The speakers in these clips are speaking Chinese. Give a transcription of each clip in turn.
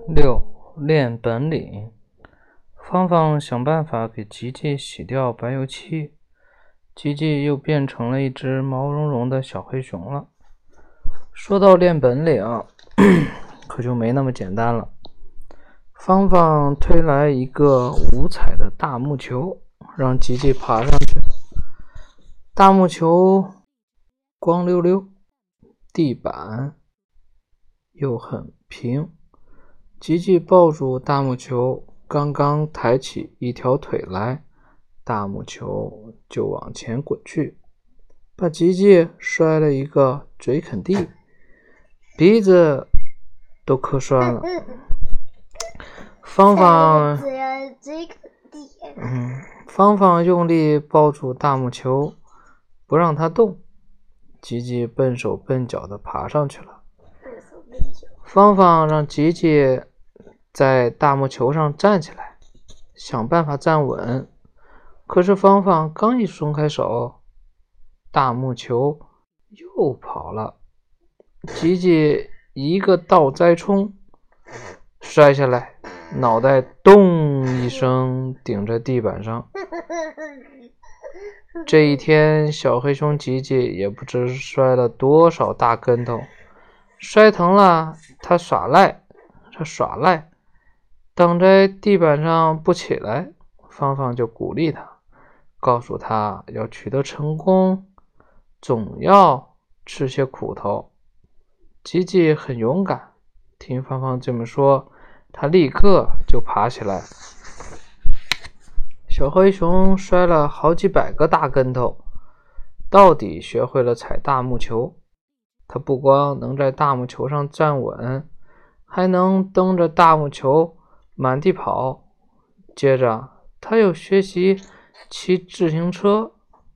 6. 练本领。芳芳想办法给吉吉洗掉白油漆，吉吉又变成了一只毛茸茸的小黑熊了。说到练本领，可就没那么简单了。芳芳推来一个五彩的大木球，让吉吉爬上去。大木球光溜溜，地板又很平。吉吉抱住大木球，刚刚抬起一条腿来，大木球就往前滚去，把吉吉摔了一个嘴啃地，鼻子都磕酸了。芳芳用力抱住大木球，不让它动。吉吉笨手笨脚地爬上去了。芳芳让吉吉在大木球上站起来，想办法站稳。可是芳芳刚一松开手，大木球又跑了。吉吉一个倒栽冲，摔下来，脑袋咚一声顶在地板上。这一天，小黑熊吉吉也不知摔了多少大跟头，摔疼了他耍赖，等在地板上不起来。芳芳就鼓励他，告诉他要取得成功，总要吃些苦头。吉吉很勇敢，听芳芳这么说，他立刻就爬起来。小黑熊摔了好几百个大跟头，到底学会了踩大木球。他不光能在大木球上站稳，还能蹬着大木球满地跑。接着他又学习骑自行车，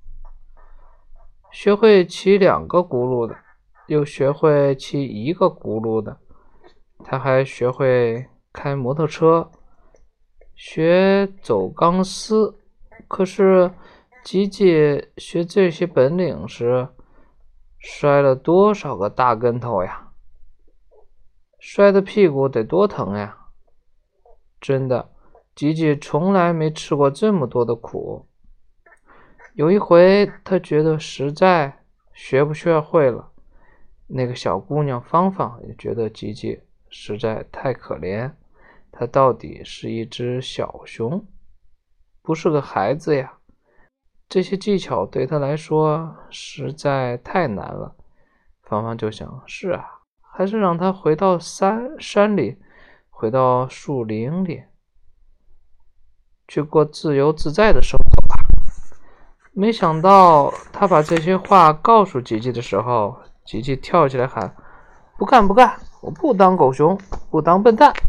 学会骑2个轱辘的，又学会骑1个轱辘的。他还学会开摩托车，学走钢丝。可是吉吉学这些本领时，摔了多少个大跟头呀？摔的屁股得多疼呀！真的，吉吉从来没吃过这么多的苦。有一回，他觉得实在学不学会了。那个小姑娘芳芳也觉得吉吉实在太可怜，她到底是一只小熊，不是个孩子呀。这些技巧对她来说实在太难了。芳芳就想，是啊，还是让她回到山里，回到树林里，去过自由自在的生活吧。没想到她把这些话告诉吉吉的时候，吉吉跳起来喊，不干，我不当狗熊，不当笨蛋。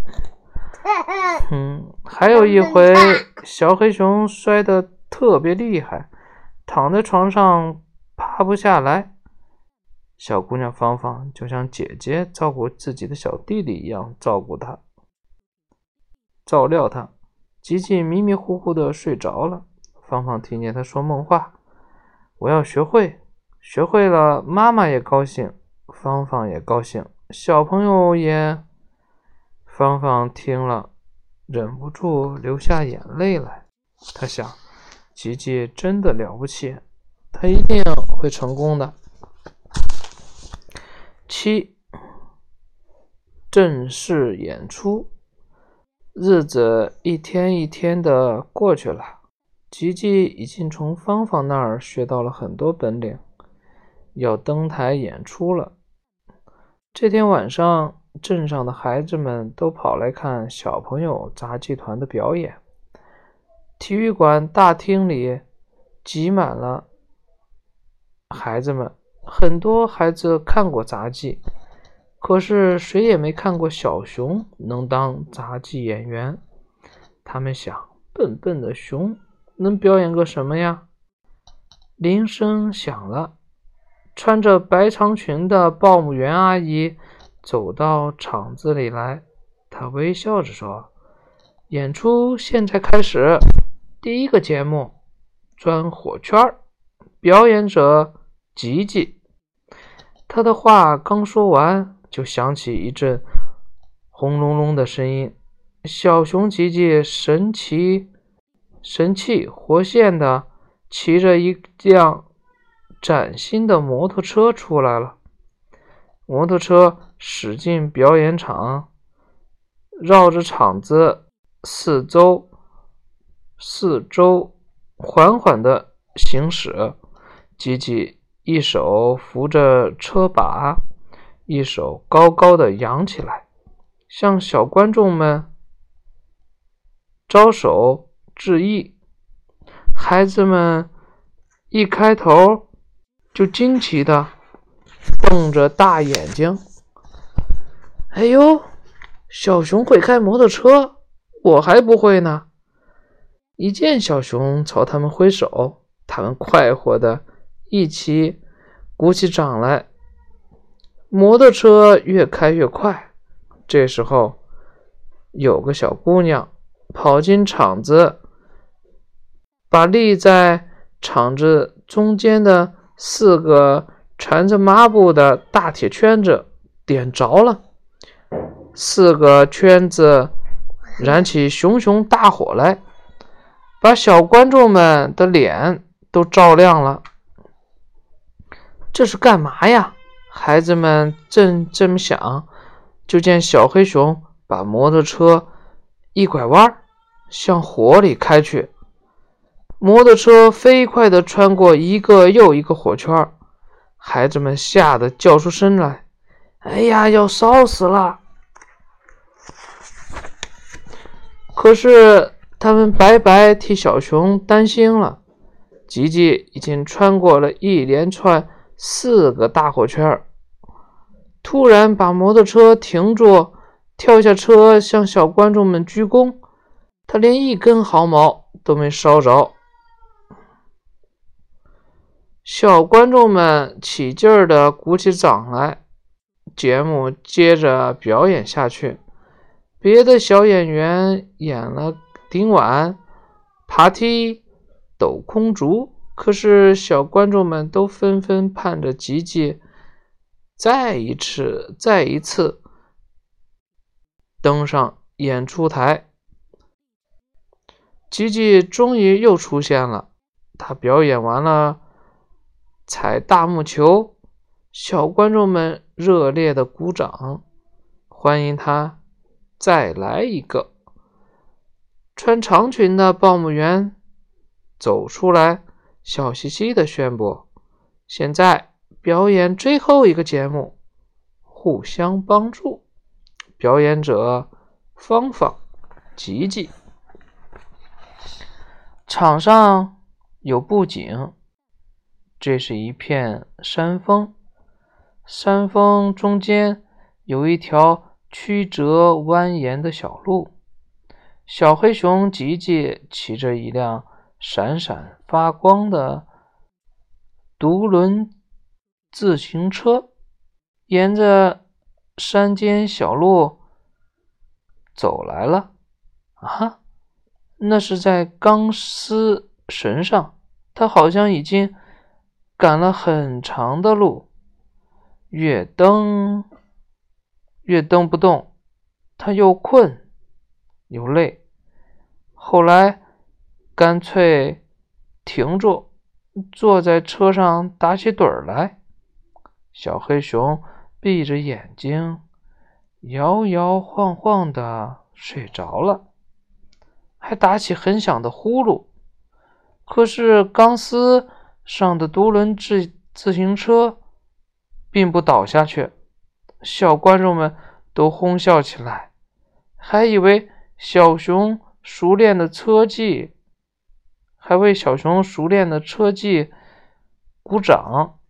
还有一回，小黑熊摔得特别厉害，躺在床上爬不下来。小姑娘芳芳就像姐姐照顾自己的小弟弟一样照料他。吉吉迷迷糊糊的睡着了。芳芳听见他说梦话，我要学会了，妈妈也高兴，芳芳也高兴，小朋友也……芳芳听了，忍不住流下眼泪来。她想，吉吉真的了不起，他一定会成功的。7. 正式演出。日子一天一天的过去了，吉吉已经从芳芳那儿学到了很多本领，要登台演出了。这天晚上，镇上的孩子们都跑来看小朋友杂技团的表演。体育馆大厅里挤满了孩子们，很多孩子看过杂技，可是谁也没看过小熊能当杂技演员。他们想，笨笨的熊能表演个什么呀？铃声响了，穿着白长裙的报幕员阿姨走到场子里来，她微笑着说，演出现在开始，第一个节目，钻火圈，表演者吉吉。他的话刚说完，就响起一阵轰隆隆的声音，小熊吉吉神气活现的骑着一辆崭新的摩托车出来了。摩托车驶进表演场，绕着场子四周缓缓地行驶。吉吉一手扶着车把，一手高高的扬起来，向小观众们招手致意。孩子们一开头就惊奇的瞪着大眼睛。哎呦，小熊会开摩托车，我还不会呢。一见小熊朝他们挥手，他们快活的一起鼓起掌来。摩托车越开越快，这时候有个小姑娘跑进场子，把立在场子中间的4个缠着抹布的大铁圈子点着了。4个圈子燃起熊熊大火来，把小观众们的脸都照亮了。这是干嘛呀？孩子们正这么想，就见小黑熊把摩托车一拐弯，向火里开去。摩托车飞快地穿过一个又一个火圈，孩子们吓得叫出声来：哎呀，要烧死了！可是他们白白替小熊担心了。吉吉已经穿过了一连串4个大火圈，突然把摩托车停住，跳下车向小观众们鞠躬。他连一根毫毛都没烧着。小观众们起劲儿地鼓起掌来，节目接着表演下去。别的小演员演了顶碗、爬梯、抖空竹，可是小观众们都纷纷盼着吉吉再一次登上演出台。吉吉终于又出现了，他表演完了踩大木球，小观众们热烈的鼓掌，欢迎他再来一个。穿长裙的报幕员走出来，笑嘻嘻地宣布：现在表演最后一个节目，互相帮助。表演者芳芳、吉吉。场上有布景，这是一片山峰，山峰中间有一条曲折蜿蜒的小路。小黑熊吉吉骑着一辆闪闪发光的独轮自行车，沿着山间小路走来了。啊，那是在钢丝绳上，他好像已经赶了很长的路。越蹬不动，他又困又累，后来干脆停住，坐在车上打起盹儿来。小黑熊闭着眼睛，摇摇晃晃地睡着了，还打起很响的呼噜。可是钢丝上的独轮自行车并不倒下去，小观众们都哄笑起来，还以为小熊熟练的车技，还为小熊熟练的车技鼓掌。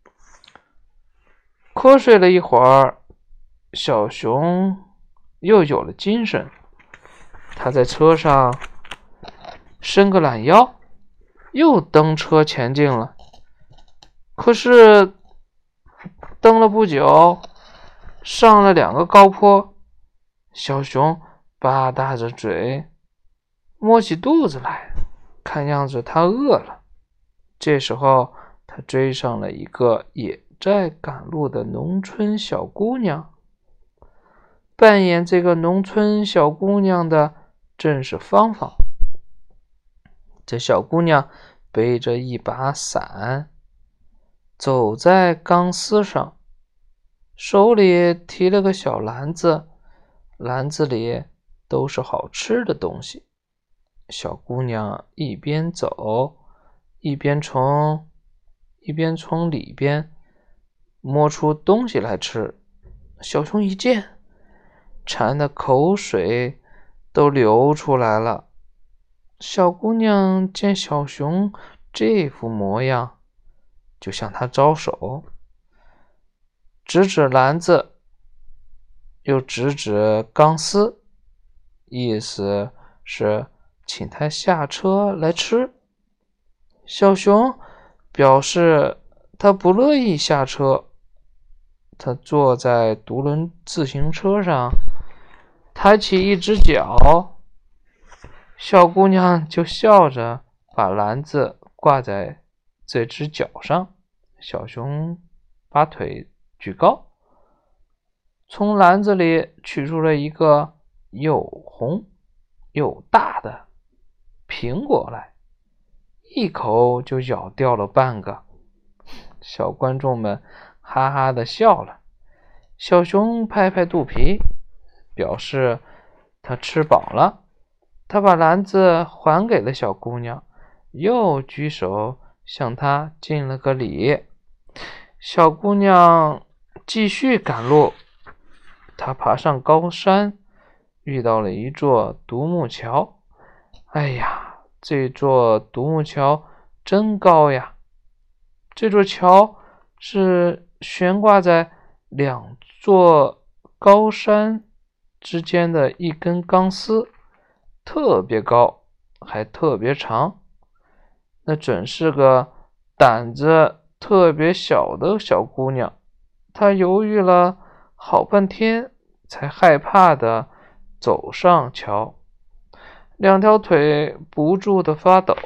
瞌睡了一会儿，小熊又有了精神，他在车上伸个懒腰，又蹬车前进了。可是蹬了不久，上了2个高坡，小熊吧嗒着嘴，摸起肚子来，看样子他饿了。这时候他追上了一个也在赶路的农村小姑娘。 扮演这个农村小姑娘的正是芳芳。这小姑娘背着一把伞，走在钢丝上，手里提了个小篮子，篮子里都是好吃的东西。小姑娘一边走，一边从里边摸出东西来吃。小熊一见，馋的口水都流出来了。小姑娘见小熊这副模样，就向他招手，指指篮子，又指指钢丝，意思是请他下车来吃。小熊表示他不乐意下车，他坐在独轮自行车上，抬起一只脚，小姑娘就笑着把篮子挂在这只脚上。小熊把腿举高，从篮子里取出了一个又红又大的苹果来，一口就咬掉了半个。小观众们哈哈的笑了。小熊拍拍肚皮，表示他吃饱了。他把篮子还给了小姑娘，又举手向她敬了个礼。小姑娘继续赶路，她爬上高山，遇到了一座独木桥。哎呀，这座独木桥真高呀！这座桥是悬挂在两座高山之间的一根钢丝，特别高，还特别长。那准是个胆子特别小的小姑娘，她犹豫了好半天，才害怕的走上桥，两条腿不住的发抖，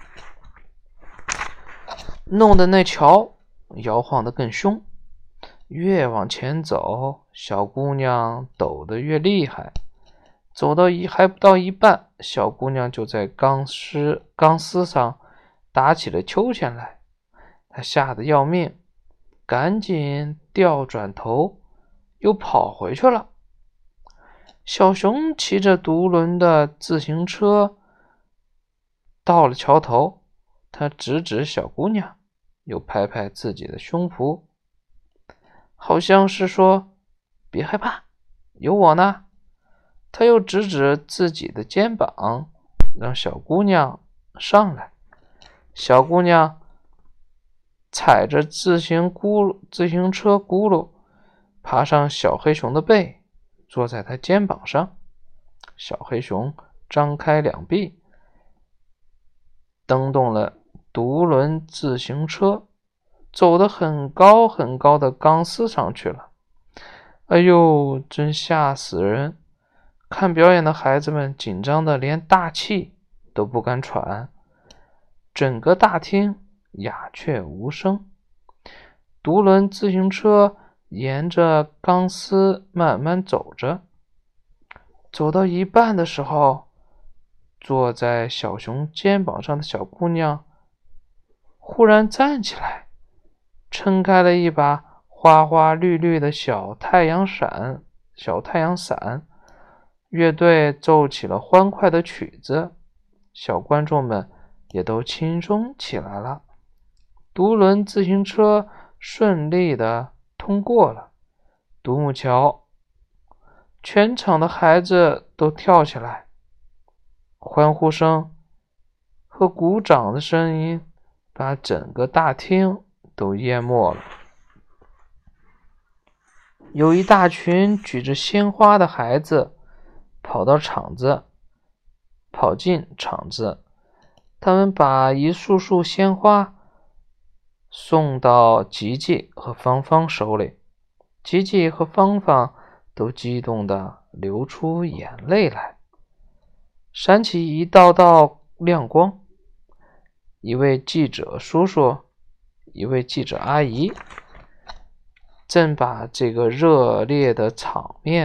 弄得那桥摇晃得更凶。越往前走，小姑娘抖得越厉害。走到还不到一半，小姑娘就在钢丝上打起了秋千来。她吓得要命，赶紧调转头，又跑回去了。小熊骑着独轮的自行车到了桥头，他指指小姑娘，又拍拍自己的胸脯，好像是说别害怕，有我呢。他又指指自己的肩膀，让小姑娘上来。小姑娘踩着自行车轱辘爬上小黑熊的背，坐在他肩膀上。小黑熊张开两臂，蹬动了独轮自行车，走得很高很高的钢丝上去了。哎呦，真吓死人！看表演的孩子们紧张的连大气都不敢喘，整个大厅鸦雀无声。独轮自行车沿着钢丝慢慢走着，走到一半的时候，坐在小熊肩膀上的小姑娘忽然站起来，撑开了一把花花绿绿的小太阳伞。乐队奏起了欢快的曲子，小观众们也都轻松起来了。独轮自行车顺利的通过了独木桥，全场的孩子都跳起来，欢呼声和鼓掌的声音把整个大厅都淹没了。有一大群举着鲜花的孩子跑进场子，他们把一束束鲜花送到吉吉和芳芳手里。吉吉和芳芳都激动地流出眼泪来，闪起一道道亮光。一位记者叔叔，一位记者阿姨正把这个热烈的场面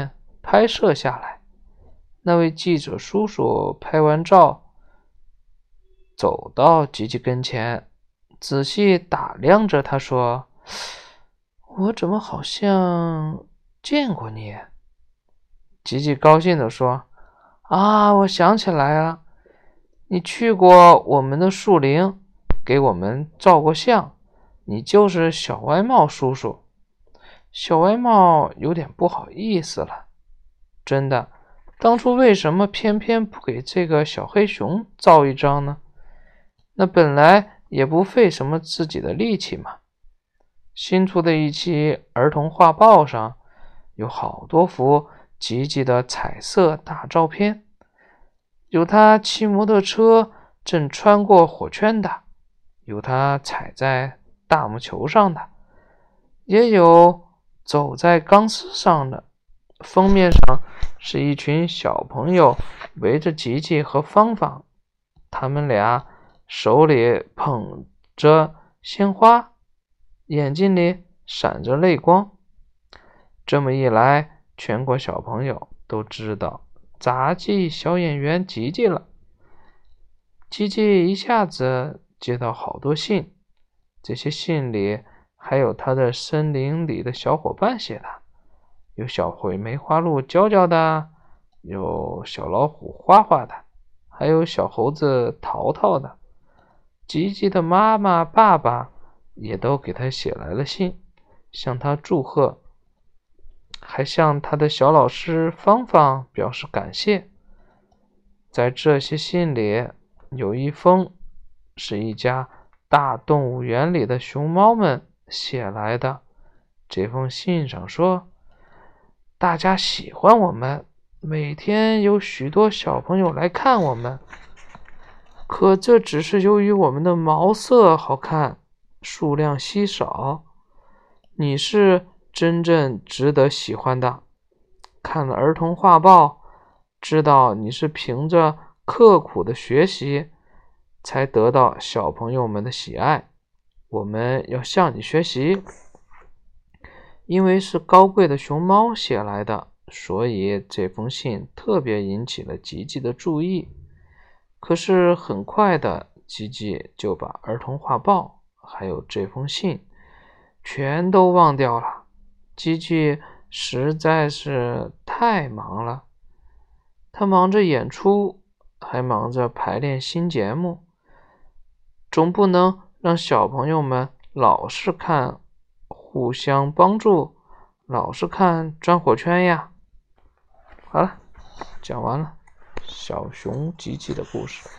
拍摄下来。那位记者叔叔拍完照，走到吉吉跟前，仔细打量着他说：“我怎么好像见过你？”吉吉高兴地说：“啊，我想起来了，你去过我们的树林，给我们照过相，你就是小歪帽叔叔。”小歪帽有点不好意思了，真的，当初为什么偏偏不给这个小黑熊照一张呢？那本来也不费什么自己的力气嘛。新出的一期儿童画报上有好多幅吉吉的彩色大照片，有他骑摩托车正穿过火圈的，有他踩在大木球上的，也有走在钢丝上的。封面上是一群小朋友围着吉吉和芳芳，他们俩手里捧着鲜花，眼睛里闪着泪光。这么一来，全国小朋友都知道杂技小演员吉吉了。吉吉一下子接到好多信，这些信里还有他的森林里的小伙伴写的，有小灰梅花鹿娇娇的，有小老虎花花的，还有小猴子淘淘的。吉吉的妈妈爸爸也都给他写来了信，向他祝贺，还向他的小老师芳芳表示感谢。在这些信里，有一封是一家大动物园里的熊猫们写来的。这封信上说，大家喜欢我们，每天有许多小朋友来看我们，可这只是由于我们的毛色好看，数量稀少。你是真正值得喜欢的。看了儿童画报，知道你是凭着刻苦的学习才得到小朋友们的喜爱。我们要向你学习。因为是高贵的熊猫写来的，所以这封信特别引起了吉吉的注意。可是很快的，吉吉就把儿童画报还有这封信全都忘掉了。吉吉实在是太忙了，他忙着演出，还忙着排练新节目，总不能让小朋友们老是看互相帮助，老是看转火圈呀。好了，讲完了小熊吉吉的故事。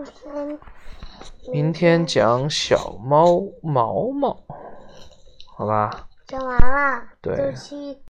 明天讲小猫毛毛，好吧？ 讲完了。 对。